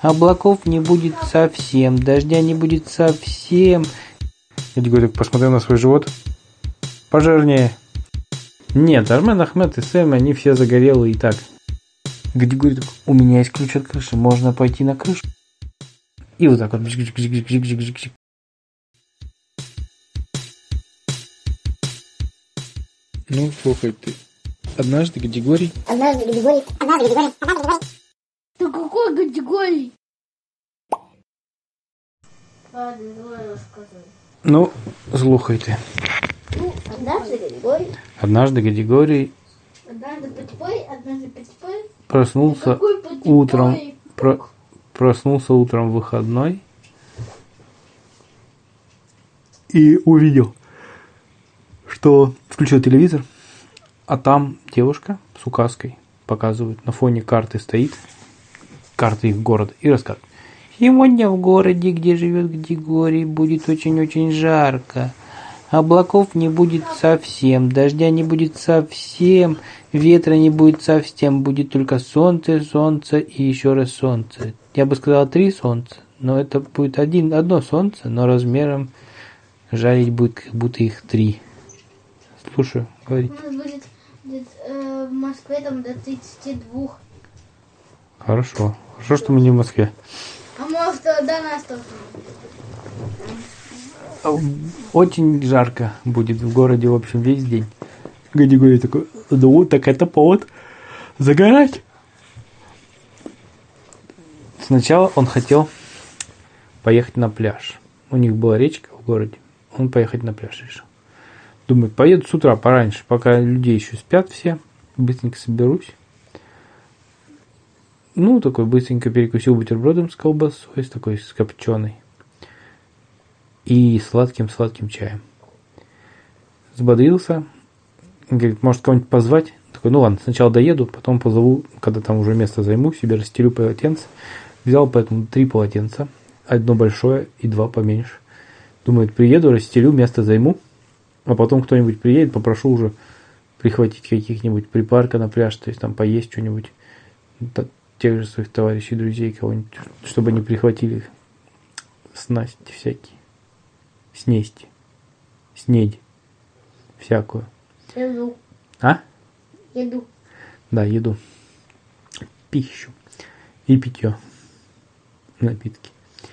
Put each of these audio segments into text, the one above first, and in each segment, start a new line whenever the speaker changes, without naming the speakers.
Облаков не будет совсем, дождя не будет совсем. Гадигорий посмотрел на свой живот. Пожирнее. Нет, Армен, Ахмед и Сэм, они все загорелые и так. Гадигорий такой, у меня есть ключ от крыши, можно пойти на крышу. И вот так вот. Ну, слухай ты. Однажды Гадигорий...
Да какой Гадигорий? Ладно, давай рассказывай.
Ну, слухайте. Однажды Гадигорий проснулся утром в выходной и увидел, что включил телевизор, а там девушка с указкой показывает, на фоне карты стоит, карта их города, и рассказывает. Сегодня в городе, где живет Гадигорий, будет очень-очень жарко. Облаков не будет совсем, дождя не будет совсем, ветра не будет совсем, будет только солнце, солнце и еще раз солнце. Я бы сказал 3 солнца, но это будет одно солнце, но размером жарить будет, как будто их 3. Слушаю, говори.
У нас будет в Москве там до 32.
Хорошо, что мы не в Москве.
А может до нас тоже.
Очень жарко будет в городе, в общем, весь день. Гадигорий такой, ну, так это повод загорать. Сначала он хотел поехать на пляж. У них была речка в городе. Он поехать на пляж решил. Думает, поеду с утра пораньше, пока людей еще спят все. Быстренько соберусь. Ну, такой быстренько перекусил бутербродом с колбасой, с такой с копченой. И сладким чаем. Взбодрился. Говорит, может кого-нибудь позвать? Такой, ну ладно, сначала доеду, потом позову, когда там уже место займу, себе расстелю полотенце. Взял поэтому 3 полотенца. Одно большое и 2 поменьше. Думает, приеду, расстелю, место займу. А потом кто-нибудь приедет, попрошу уже прихватить каких-нибудь припарка на пляж, то есть там поесть что-нибудь. Тех же своих товарищей, друзей, кого-нибудь, чтобы они прихватили снасти всякие. Снедь. Всякую.
Еду.
А?
Еду.
Да, еду. Пищу. И питье. Напитки.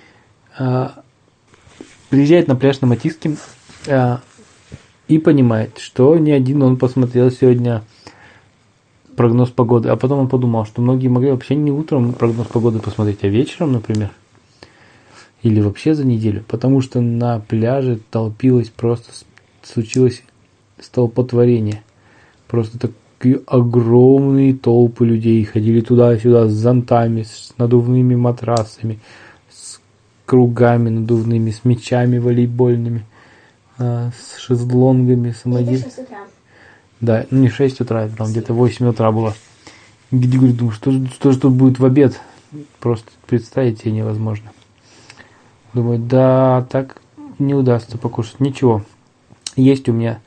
Приезжает на пляж на Матиске и понимает, что не один он посмотрел сегодня прогноз погоды, а потом он подумал, что многие могли вообще не утром прогноз погоды посмотреть, а вечером, например. Или вообще за неделю, потому что на пляже случилось столпотворение. Просто такие огромные толпы людей ходили туда-сюда с зонтами, с надувными матрасами, с кругами надувными, с мячами волейбольными, с шезлонгами, самодельными.
Это 6 утра.
Да, не 6 утра, там где-то 8 утра было. Говорю, думаю, что же тут будет в обед? Просто представить себе невозможно. Думаю, да, так не удастся покушать. Ничего. Есть у меня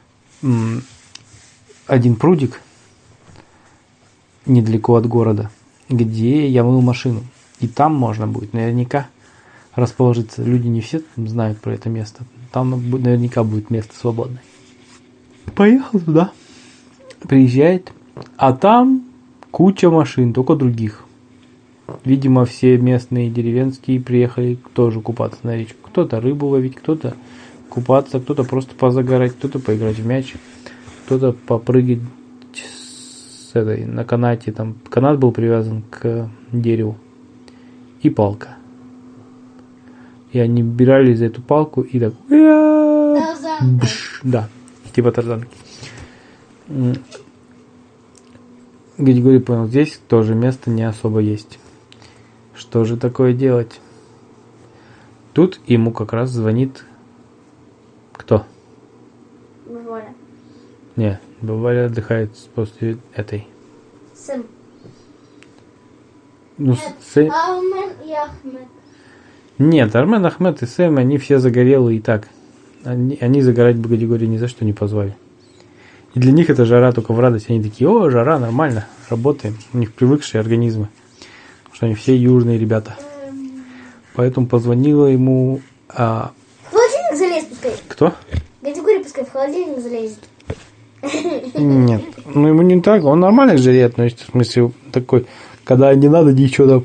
один прудик недалеко от города, где я мыл машину. И там можно будет наверняка расположиться. Люди не все знают про это место. Там наверняка будет место свободное. Поехал туда. Приезжает. А там куча машин, только других. Видимо, все местные деревенские приехали тоже купаться на речку. Кто-то рыбу ловить, кто-то купаться, кто-то просто позагорать, кто-то поиграть в мяч, кто-то попрыгать на канате. Там канат был привязан к дереву. И палка. И они бирали за эту палку и так... Да, типа тарзанки. Гадигорий понял, здесь тоже места не особо есть. Что же такое делать? Тут ему как раз звонит... Кто?
Валя.
Не, Валя отдыхает после этой.
Сэм.
Ну,
Армен и Ахмед.
Нет, Армен, Ахмед и Сэм, они все загорелые и так. Они загорать бы Гадигория ни за что не позвали. И для них это жара только в радость. Они такие, о, жара, нормально, работаем. У них привыкшие организмы. что они все южные ребята. Поэтому позвонила ему...
В холодильник залез пускай.
Кто?
Дядя Гурий пускай в холодильник залезет.
Нет, ну ему не так, он нормально к жаре относится, в смысле такой, когда не надо ничего там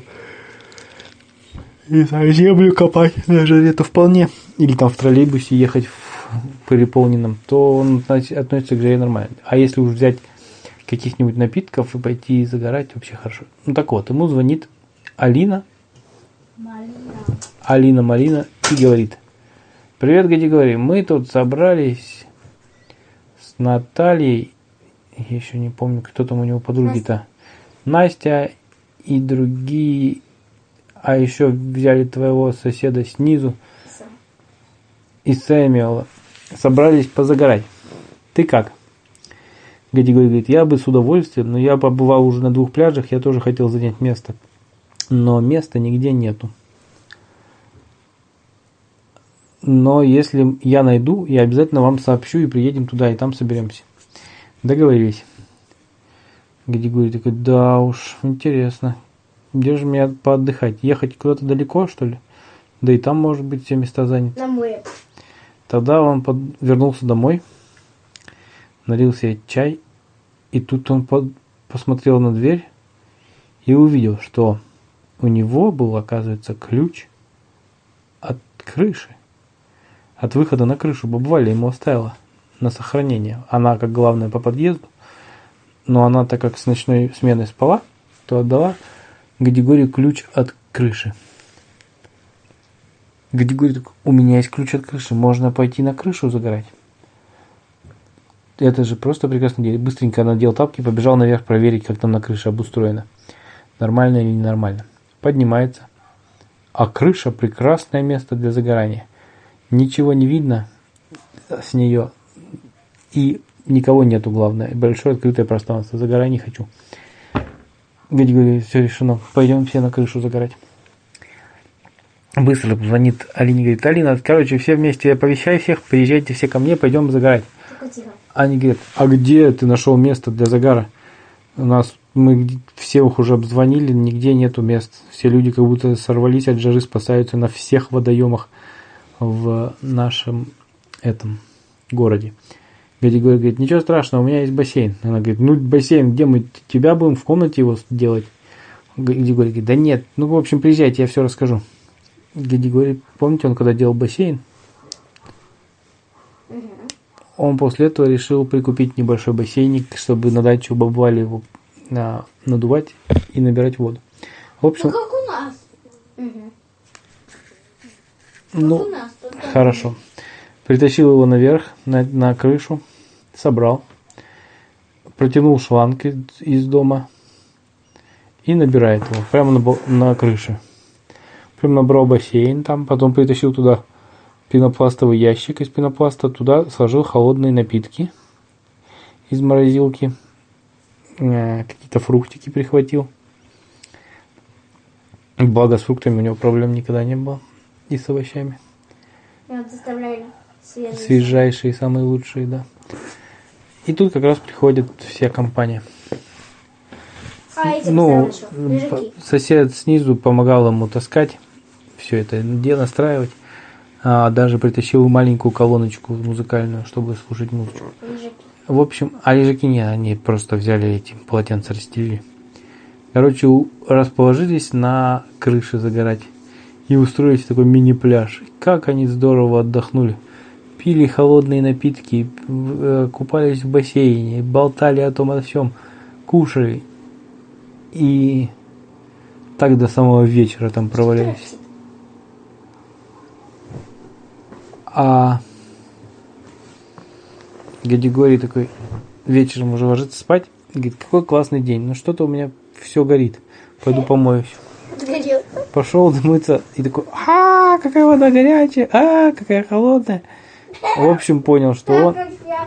и там землю копать на жаре, то вполне, или там в троллейбусе ехать в переполненном, то он относится к жаре нормально. А если уж взять каких-нибудь напитков и пойти загорать, вообще хорошо. Ну так вот, ему звонит Алина Малина и говорит: привет, Гади, говори, мы тут собрались с Натальей, я еще не помню, кто там у него подруги-то, Настя и другие, а еще взяли твоего соседа снизу и Сэмюэла, собрались позагорать. Ты как? Гади говорит: я бы с удовольствием, но я побывал уже на 2 пляжах, я тоже хотел занять место, но места нигде нету. Но если я найду, я обязательно вам сообщу и приедем туда, и там соберемся. Договорились. Гади говорит такой: да уж, интересно. Где же мне поотдыхать? Ехать куда-то далеко, что ли? Да и там, может быть, все места заняты.
На море.
Тогда он вернулся домой, налил себе чай, и тут он посмотрел на дверь и увидел, что у него был, оказывается, ключ от крыши. От выхода на крышу. Баба Валя ему оставила на сохранение. Она как главная по подъезду, но она, так как с ночной сменой спала, то отдала Гади Горию ключ от крыши. Гади говорит: у меня есть ключ от крыши, можно пойти на крышу загорать. Это же просто прекрасно делать. Быстренько надел тапки, побежал наверх проверить, как там на крыше обустроено. Нормально или ненормально. Поднимается. А крыша — прекрасное место для загорания. Ничего не видно с нее. И никого нету, главное. Большое открытое пространство. Загорай не хочу. Гади говорит: все решено. Пойдем все на крышу загорать. Быстро звонит Алине, говорит: Алина, короче, все вместе, оповещай всех, приезжайте все ко мне, пойдем загорать.
Тихо.
Они говорят: а где ты нашел место для загара? Мы всех уже обзвонили, нигде нету мест. Все люди как будто сорвались от жары, спасаются на всех водоемах в нашем этом городе. Гади говорит: ничего страшного, у меня есть бассейн. Она говорит: ну бассейн, где мы тебя будем в комнате его делать? Гади говорит: да нет, ну в общем приезжайте, я все расскажу. Гади говорит: помните, он когда делал бассейн, он после этого решил прикупить небольшой бассейник, чтобы на дачу бабы Вали его надувать и набирать воду. В общем,
Ну как у нас.
ну,
у нас,
хорошо. Притащил его наверх, на крышу, собрал, протянул шланг из дома и набирает его прямо на крыше. Прям набрал бассейн там, потом притащил туда пенопластовый ящик из пенопласта, туда сложил холодные напитки из морозилки, какие-то фруктики прихватил. Благо с фруктами у него проблем никогда не было, и с овощами.
Я вот заставляю
Свежайшие, самые лучшие, да. И тут как раз приходит вся компания. Ну, сосед снизу помогал ему таскать все это дело, настраивать. Даже притащил маленькую колоночку музыкальную, чтобы слушать музыку. В общем, лежаки не, они просто взяли эти полотенца, расстелили. Короче, расположились на крыше загорать и устроились такой мини-пляж. Как они здорово отдохнули. Пили холодные напитки, купались в бассейне, болтали о том, о всем, кушали. И так до самого вечера там провалялись. А Гади такой вечером уже ложится спать. Говорит: какой классный день, но что-то у меня все горит. Пойду помоюсь.
Сгорел.
Пошел мыться и такой: какая вода горячая, какая холодная. В общем, понял, что он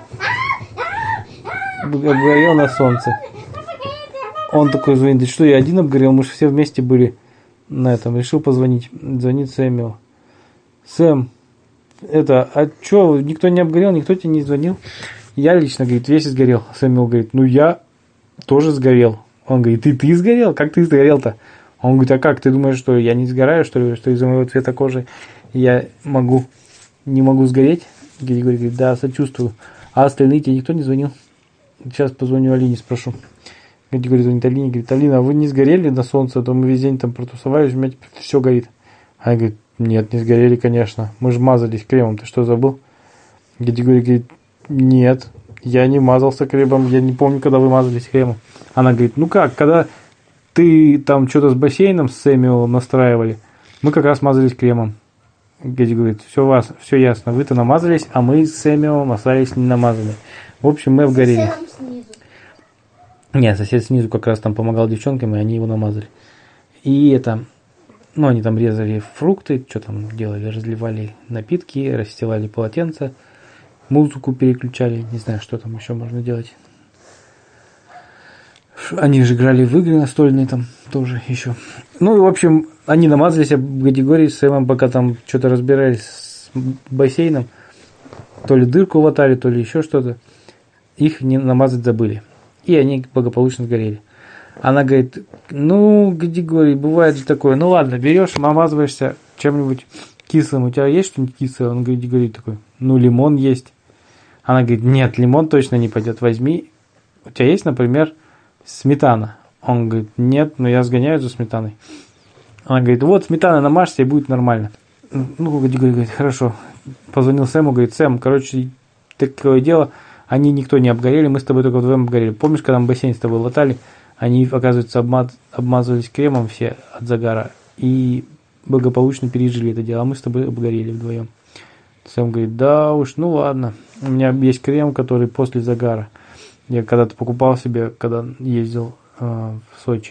обгорел на солнце. Он такой звонит: да что, я один обгорел, мы же все вместе были на этом. Решил позвонить. Звонит Сэмюэл: Сэм, что, никто не обгорел, никто тебе не звонил? Я лично, говорит, весь сгорел. Сэмюэл говорит: ну я тоже сгорел. Он говорит: и ты сгорел? Как ты сгорел-то? Он говорит, а как, ты думаешь, что я не сгораю, что ли, что из-за моего цвета кожи я не могу сгореть? Григорий говорит, да, сочувствую. А остальные тебе никто не звонил? Сейчас позвоню Алине, спрошу. Григорий звонит Алине, говорит, Алина, а вы не сгорели на солнце, а то мы весь день там протусовались, у меня теперь все горит. Она говорит, нет, не сгорели, конечно, мы же мазались кремом, ты что, забыл? Григорий говорит, нет, я не мазался кремом, я не помню, когда вы мазались кремом. Она говорит, ну как, когда ты там что-то с бассейном с Сэмюэл настраивали, мы как раз мазались кремом. Геди говорит, все ясно, вы-то намазались, а мы с Сэмюэлом остались не намазаны. В общем, мы обгорели. Нет, сосед снизу как раз там помогал девчонкам, и они его намазали. И это, ну, они там резали фрукты, что там делали, разливали напитки, расстилали полотенца, музыку переключали, не знаю, что там еще можно делать. Они же играли в игры настольные там тоже еще. Ну и в общем, они намазались об категории с Сэмом, пока там что-то разбирались с бассейном. То ли дырку латали, то ли еще что-то. Их не намазать забыли. И они благополучно сгорели. Она говорит, ну, Григорий, бывает же такое. Ну ладно, берешь, намазываешься чем-нибудь кислым. У тебя есть что-нибудь кислое? Он говорит, Григорий такой, ну, лимон есть. Она говорит, нет, лимон точно не пойдет. Возьми. У тебя есть, например, сметана. Он говорит, нет, но я сгоняю за сметаной. Она говорит, вот сметана намажься и будет нормально. Ну, Григорий говорит, хорошо. Позвонил Сэму, говорит, Сэм, короче, такое дело, они никто не обгорели, мы с тобой только вдвоем обгорели. Помнишь, когда мы бассейн с тобой латали, они, оказывается, обмазывались кремом все от загара и благополучно пережили это дело, а мы с тобой обгорели вдвоем. Сэм говорит, да уж, ну ладно, у меня есть крем, который после загара. Я когда-то покупал себе, когда ездил в Сочи.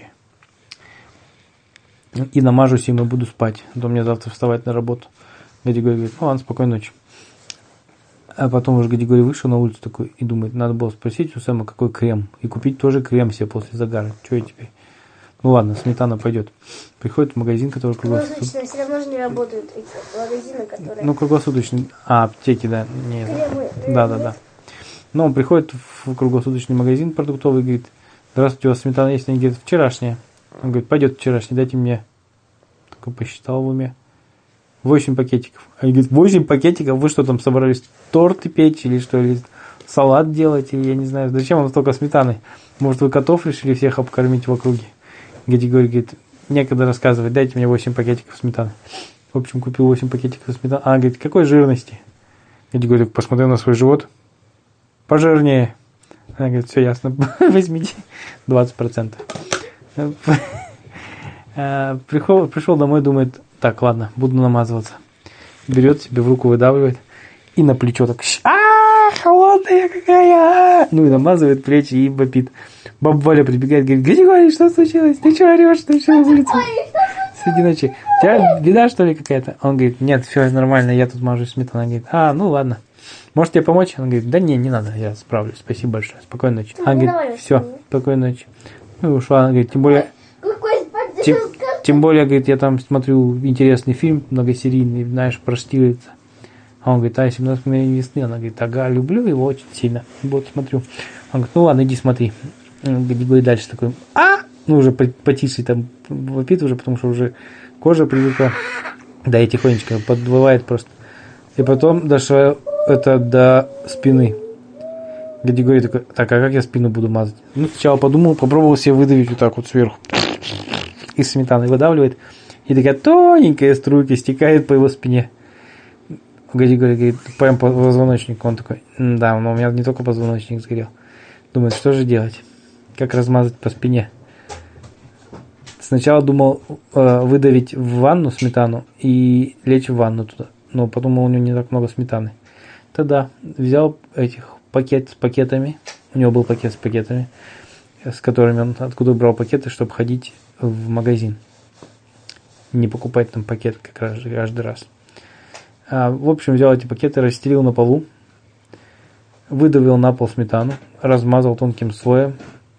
И намажусь им и буду спать. А то мне завтра вставать на работу. Григорий говорит, ну ладно, спокойной ночи. А потом уже Григорий вышел на улицу такой и думает, надо было спросить у Сэма, какой крем. И купить тоже крем себе после загара. Что я теперь? Ну ладно, сметана пойдет. Приходит в магазин, который
круглосуточный. Все равно же не работают эти магазины, которые...
Ну, круглосуточный. А, аптеки, да. Нет.
Кремы.
Да. Но он приходит в круглосуточный магазин продуктовый и говорит, здравствуйте, у вас сметана есть? Они говорят, вчерашняя. Он говорит, пойдет вчерашняя, дайте мне. Такой посчитал в уме. 8 пакетиков. Они говорят, 8 пакетиков? Вы что там собрались? Торты печь или что? Или салат делать? Или я не знаю. Зачем вам столько сметаны? Может, вы котов решили всех обкормить в округе? Григорий говорит, некогда рассказывать, дайте мне 8 пакетиков сметаны. В общем, купил 8 пакетиков сметаны. Она говорит, какой жирности? Григорий посмотрел на свой живот. Пожирнее. Она говорит, все ясно, возьмите 20%. Пришел домой, думает, так, ладно, буду намазываться. Берет себе в руку, выдавливает и на плечо так, холодная какая! Ну и намазывает плечи и вопит. Баба Валя прибегает, говорит, Григорий, что случилось? Ты что орешь? Ты что на улице? Среди ночи. У тебя беда, что ли, какая-то? Он говорит, нет, все нормально, я тут мажусь сметаной. Она говорит, ну ладно. Может тебе помочь? Он говорит, да не надо, я справлюсь, спасибо большое, спокойной ночи. Она говорит, все, спокойной ночи. Ну и ушла, она говорит, тем более, говорит, я там смотрю интересный фильм многосерийный, знаешь, про Штирлица. А он говорит, 17 мгновений весны. Она говорит, ага, люблю его очень сильно, вот смотрю. Он говорит, ну ладно, иди смотри. Говорит, дальше такой, ну уже потише там вопит уже, потому что уже кожа привыкла. Да, и тихонечко подвывает просто. И потом дошло это до спины. Григорий такой, так, а как я спину буду мазать? Ну, сначала подумал, попробовал себе выдавить вот так вот сверху. Из сметаны выдавливает. И такая тоненькая струйка стекает по его спине. Григорий говорит, прям по позвоночнику. Он такой, да, но у меня не только позвоночник сгорел. Думает, что же делать? Как размазать по спине? Сначала думал выдавить в ванну сметану и лечь в ванну туда. Но подумал, у него не так много сметаны. Тогда взял пакет с пакетами. У него был пакет с пакетами, с которыми он откуда брал пакеты, чтобы ходить в магазин. Не покупать там пакет как раз каждый раз. В общем, взял эти пакеты, расстелил на полу, выдавил на пол сметану, размазал тонким слоем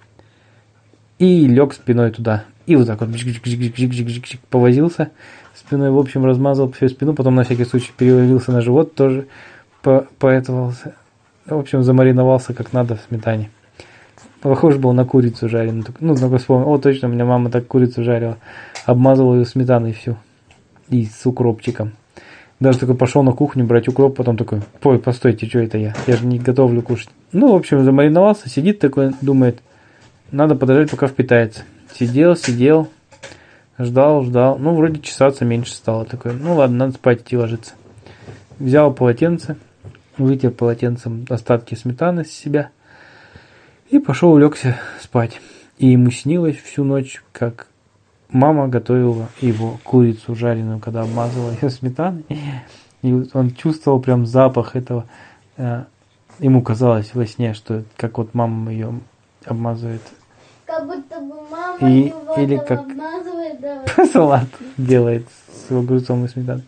и лег спиной туда. И вот так вот повозился спиной, в общем, размазал всю спину, потом на всякий случай перевалился на живот, тоже поэтовался. В общем, замариновался как надо в сметане. Похож был на курицу жареную. Ну, только вспомнил, точно, у меня мама так курицу жарила. обмазывал ее сметаной всю. И с укропчиком. Даже такой пошел на кухню брать укроп, потом такой: ой, постойте, что это я? Я же не готовлю кушать. Ну, в общем, замариновался, сидит такой, думает, надо подождать, пока впитается. Сидел, ждал. Ну, вроде чесаться меньше стало. Такой, ну ладно, надо спать идти ложиться. Взял полотенце, вытер полотенцем остатки сметаны с себя и пошел улегся спать. И ему снилось всю ночь, как мама готовила его курицу жареную, когда обмазывала ее сметаной. И он чувствовал прям запах этого. Ему казалось во сне, что как вот мама ее обмазывает.
Как будто бы мама его
или
там
как
обмазывает, да.
салат делает с огурцом и сметаной.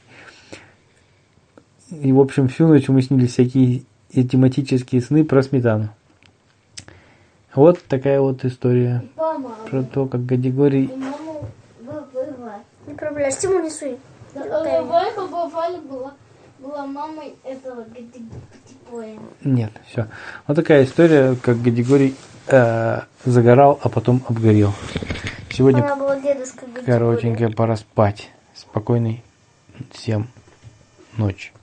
И, в общем, всю ночь ему снились всякие тематические сны про сметану. Вот такая вот история про то, как Гадигорий...
И маму выбывает.
Не проблема, Тимур рисуй.
Вайка Бафали была мамой этого Гадигория.
Нет, все. Вот такая история, как Гадигорий загорал, а потом обгорел. Сегодня
Она была дедушка Гадигория.
коротенькая, пора спать. Спокойной всем ночи.